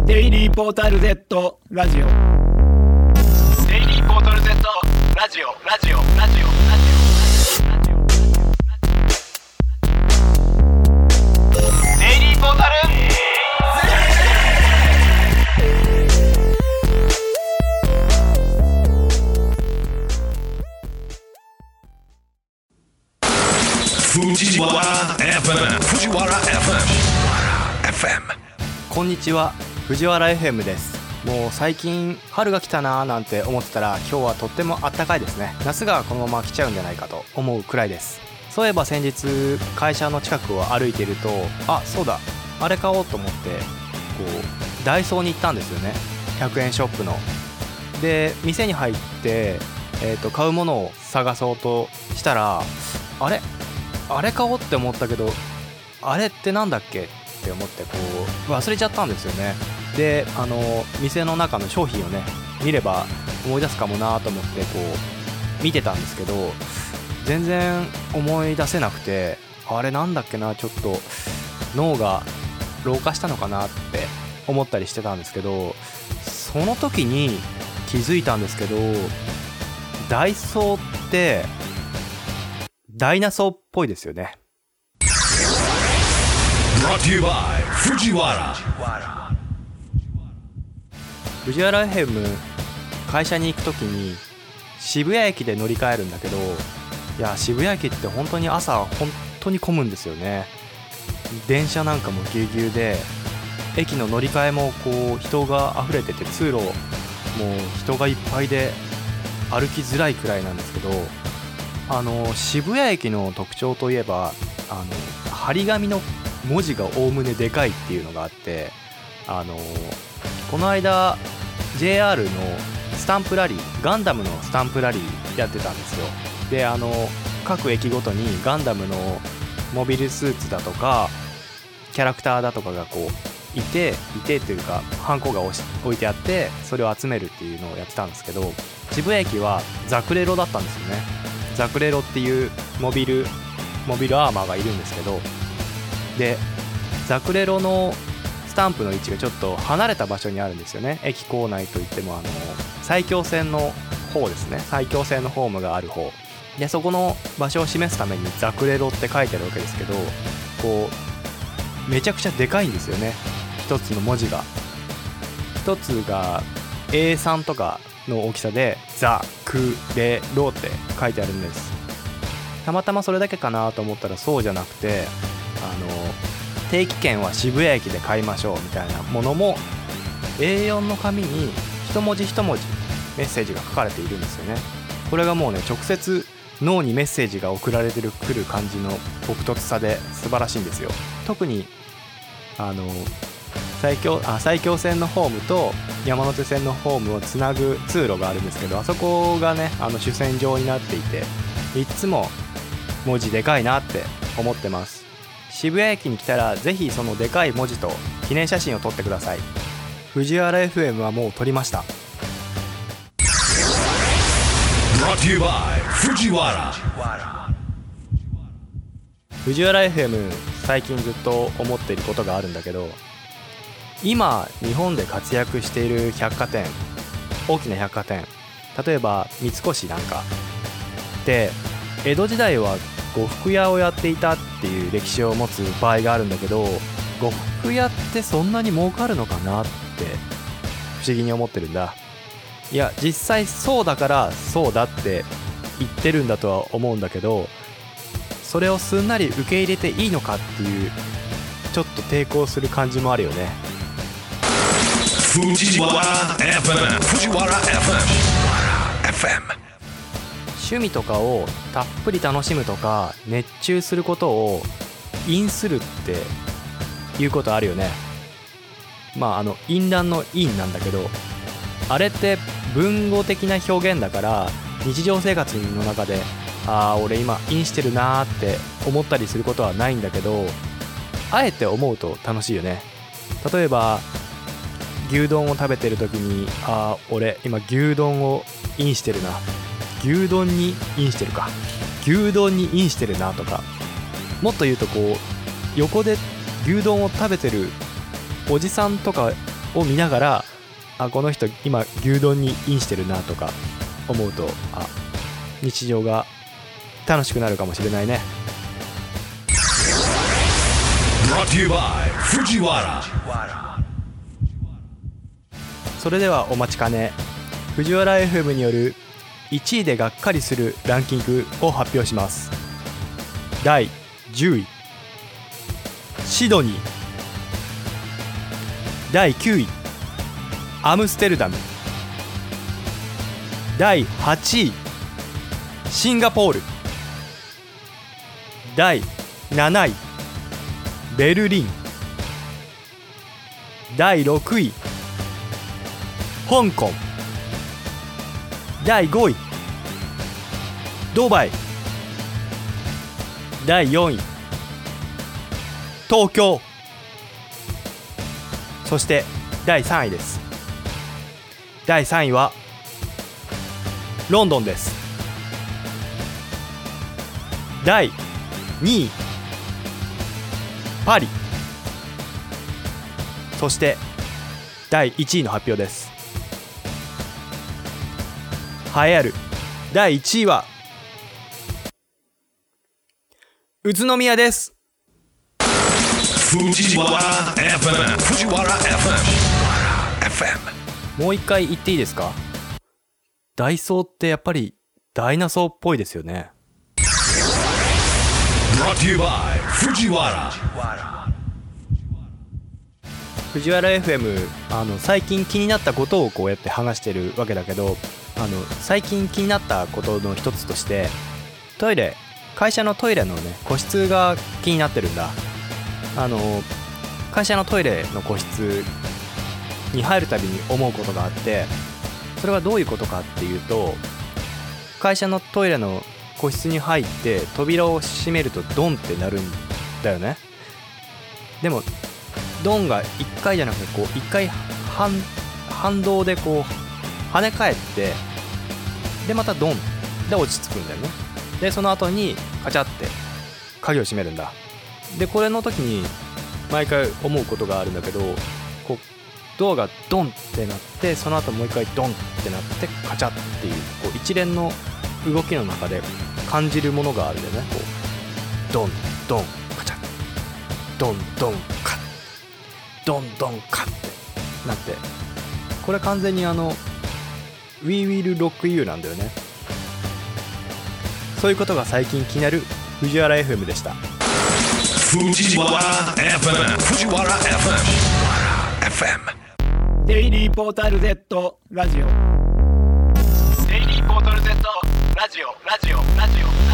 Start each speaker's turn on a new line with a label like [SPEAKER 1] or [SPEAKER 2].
[SPEAKER 1] デイリーポータル Z ラジオ
[SPEAKER 2] デイリーポータル Z ラジオデイリーポータル
[SPEAKER 3] 藤原 FM
[SPEAKER 4] こんにちは、藤原 FM です。もう最近春が来たなーなんて思ってたら、今日はとっても暖かいですね。夏がこのまま来ちゃうんじゃないかと思うくらいです。そういえば先日会社の近くを歩いていると、そうだ、あれ買おうと思ってダイソーに行ったんですよね。100円ショップので、店に入って買うものを探そうとしたら、あれ買おうって思ったけど、あれってなんだっけって思って忘れちゃったんですよね。で、店の中の商品をね見れば思い出すかもなと思って見てたんですけど、全然思い出せなくて、あれなんだっけな、ちょっと脳が老化したのかなって思ったりしてたんですけど、その時に気づいたんですけど、ダイソーってダイナソーっぽいですよね。藤原 FM 会社に行くときに渋谷駅で乗り換えるんだけど、いや渋谷駅って本当に朝本当に混むんですよね。電車なんかもぎゅうぎゅうで、駅の乗り換えも人が溢れてて、通路も人がいっぱいで歩きづらいくらいなんですけど、渋谷駅の特徴といえば張り紙の文字がおおむねでかいっていうのがあって、この間 JR のスタンプラリー、ガンダムのスタンプラリーやってたんですよ。で、各駅ごとにガンダムのモビルスーツだとかキャラクターだとかがいてというかハンコが置いてあって、それを集めるっていうのをやってたんですけど、渋谷駅はザクレロだったんですよね。ザクレロっていうモビルアーマーがいるんですけど、でザクレロのスタンプの位置がちょっと離れた場所にあるんですよね。駅構内といっても埼京線の方ですね。埼京線のホームがある方で、そこの場所を示すためにザクレロって書いてあるわけですけど、めちゃくちゃでかいんですよね。一つの文字が一つが A3 とかの大きさでザクレロって書いてあるんです。たまたまそれだけかなと思ったらそうじゃなくて、定期券は渋谷駅で買いましょうみたいなものも A4 の紙に一文字一文字メッセージが書かれているんですよね。これがもうね、直接脳にメッセージが送られてくる感じの朴突さで素晴らしいんですよ。特に埼京線のホームと山手線のホームをつなぐ通路があるんですけど、あそこがね主線上になっていて、いつも文字でかいなって思ってます。渋谷駅に来たらぜひそのでかい文字と記念写真を撮ってください。藤原 FM はもう撮りました。藤原 FM 最近ずっと思っていることがあるんだけど、今日本で活躍している百貨店、大きな百貨店、例えば三越なんかで、江戸時代は呉服屋をやっていたっていう歴史を持つ場合があるんだけど、呉服屋ってそんなに儲かるのかなって不思議に思ってるんだ。いや実際そうだからそうだって言ってるんだとは思うんだけど、それをすんなり受け入れていいのかっていうちょっと抵抗する感じもあるよね。藤原 FM。趣味とかをたっぷり楽しむとか熱中することを飲するっていうことあるよね。淫乱の淫なんだけど、あれって文語的な表現だから日常生活の中で俺今飲してるなーって思ったりすることはないんだけど、あえて思うと楽しいよね。例えば牛丼を食べてる時に俺今牛丼をインしてるな、牛丼にインしてるか、牛丼にインしてるなとか、もっと言うと横で牛丼を食べてるおじさんとかを見ながら、この人今牛丼にインしてるなとか思うと、日常が楽しくなるかもしれないね。
[SPEAKER 3] Brought to you by Fujiwara.
[SPEAKER 4] それではお待ちかね、藤原 FM による1位でがっかりするランキングを発表します。第10位シドニー、第9位アムステルダム、第8位シンガポール、第7位ベルリン、第6位香港、第5位ドバイ、第4位東京、そして第3位です。第3位はロンドンです。第2位パリ、そして第1位の発表です。栄えある第1位は宇都宮です。
[SPEAKER 3] Fujiwara FM. Fujiwara FM.
[SPEAKER 4] もう一回言っていいですか？ダイソーってやっぱりダイナソーっぽいですよね。
[SPEAKER 3] Brought to you by Fujiwara.
[SPEAKER 4] 藤原 FM、最近気になったことをこうやって話してるわけだけど、最近気になったことの一つとしてトイレ、会社のトイレのね個室が気になってるんだ。会社のトイレの個室に入るたびに思うことがあって、それはどういうことかっていうと、会社のトイレの個室に入って扉を閉めるとドンってなるんだよね。でもドンが1回じゃなくてこう1回反動でこう跳ね返って、でまたドンで落ち着くんだよね。でその後にカチャって鍵を閉めるんだ。でこれの時に毎回思うことがあるんだけど、こうドアがドンってなって、その後もう一回ドンってなってカチャっていう、こう一連の動きの中で感じるものがあるんだよね。こうドンドンカチャ、ドンドンカッ、ドンドンカッってなって、これ完全にWe Will Rock You なんだよね。そういうことが最近気になる藤原 FM でした。
[SPEAKER 3] Fujiwara FM. Fujiwara FM.
[SPEAKER 1] デイリーポータル Z ラジオ。
[SPEAKER 2] デイリーポータル Z ラジオ。